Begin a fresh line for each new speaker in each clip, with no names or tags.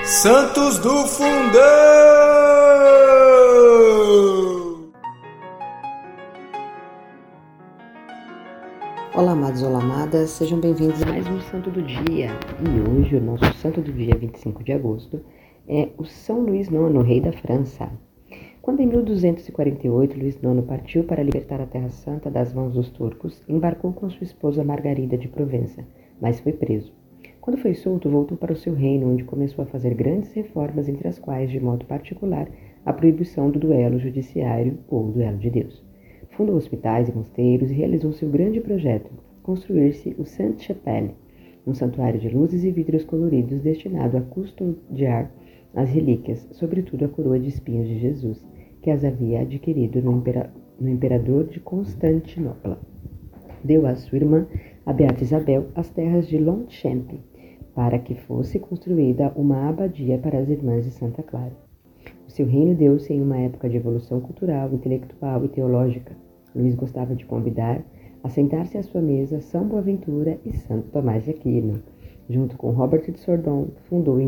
Santos do Fundão!
Olá, amados, olá, amadas, sejam bem-vindos a mais um Santo do Dia. E hoje o nosso Santo do Dia, 25 de agosto, é o São Luís IX, rei da França. Quando em 1248 Luís IX partiu para libertar a Terra Santa das mãos dos turcos, embarcou com sua esposa Margarida de Provença, mas foi preso. Quando foi solto, voltou para o seu reino, onde começou a fazer grandes reformas, entre as quais, de modo particular, a proibição do duelo judiciário ou duelo de Deus. Fundou hospitais e mosteiros e realizou seu grande projeto, construir-se o Sainte-Chapelle, um santuário de luzes e vidros coloridos destinado a custodiar as relíquias, sobretudo a coroa de espinhos de Jesus, que as havia adquirido no imperador de Constantinopla. Deu à sua irmã, a Beata Isabel, as terras de Longchamp, para que fosse construída uma abadia para as irmãs de Santa Clara. O seu reino deu-se em uma época de evolução cultural, intelectual e teológica. Luís gostava de convidar a sentar-se à sua mesa São Boaventura e Santo Tomás de Aquino. Junto com Robert de Sorbonne, fundou em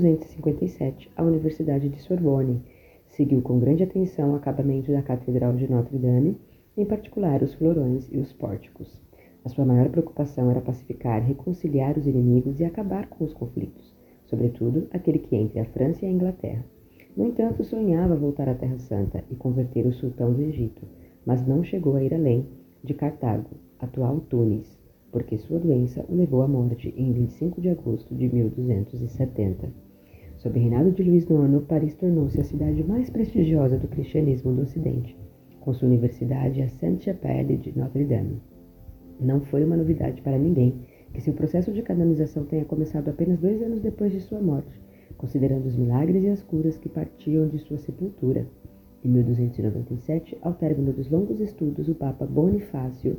1257 a Universidade de Sorbonne. Seguiu com grande atenção o acabamento da Catedral de Notre-Dame, em particular os florões e os pórticos. A sua maior preocupação era pacificar, reconciliar os inimigos e acabar com os conflitos, sobretudo aquele que entre a França e a Inglaterra. No entanto, sonhava voltar à Terra Santa e converter o sultão do Egito, mas não chegou a ir além de Cartago, atual Tunis, porque sua doença o levou à morte em 25 de agosto de 1270. Sob o reinado de Luís IX, Paris tornou-se a cidade mais prestigiosa do cristianismo do Ocidente, com sua universidade, a Sainte-Chapelle de Notre-Dame. Não foi uma novidade para ninguém que seu processo de canonização tenha começado apenas 2 anos depois de sua morte, considerando os milagres e as curas que partiam de sua sepultura. Em 1297, ao término dos longos estudos, o Papa Bonifácio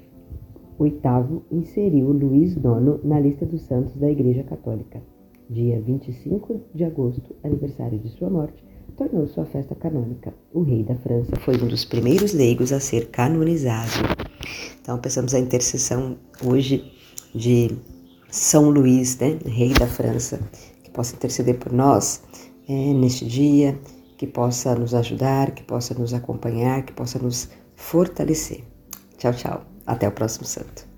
VIII inseriu Luís IX na lista dos santos da Igreja Católica. Dia 25 de agosto, aniversário de sua morte, tornou sua festa canônica. O rei da França foi um dos primeiros leigos a ser canonizado. Então, pensamos a intercessão hoje de São Luís, rei da França, que possa interceder por nós neste dia, que possa nos ajudar, que possa nos acompanhar, que possa nos fortalecer. Tchau, tchau. Até o próximo santo.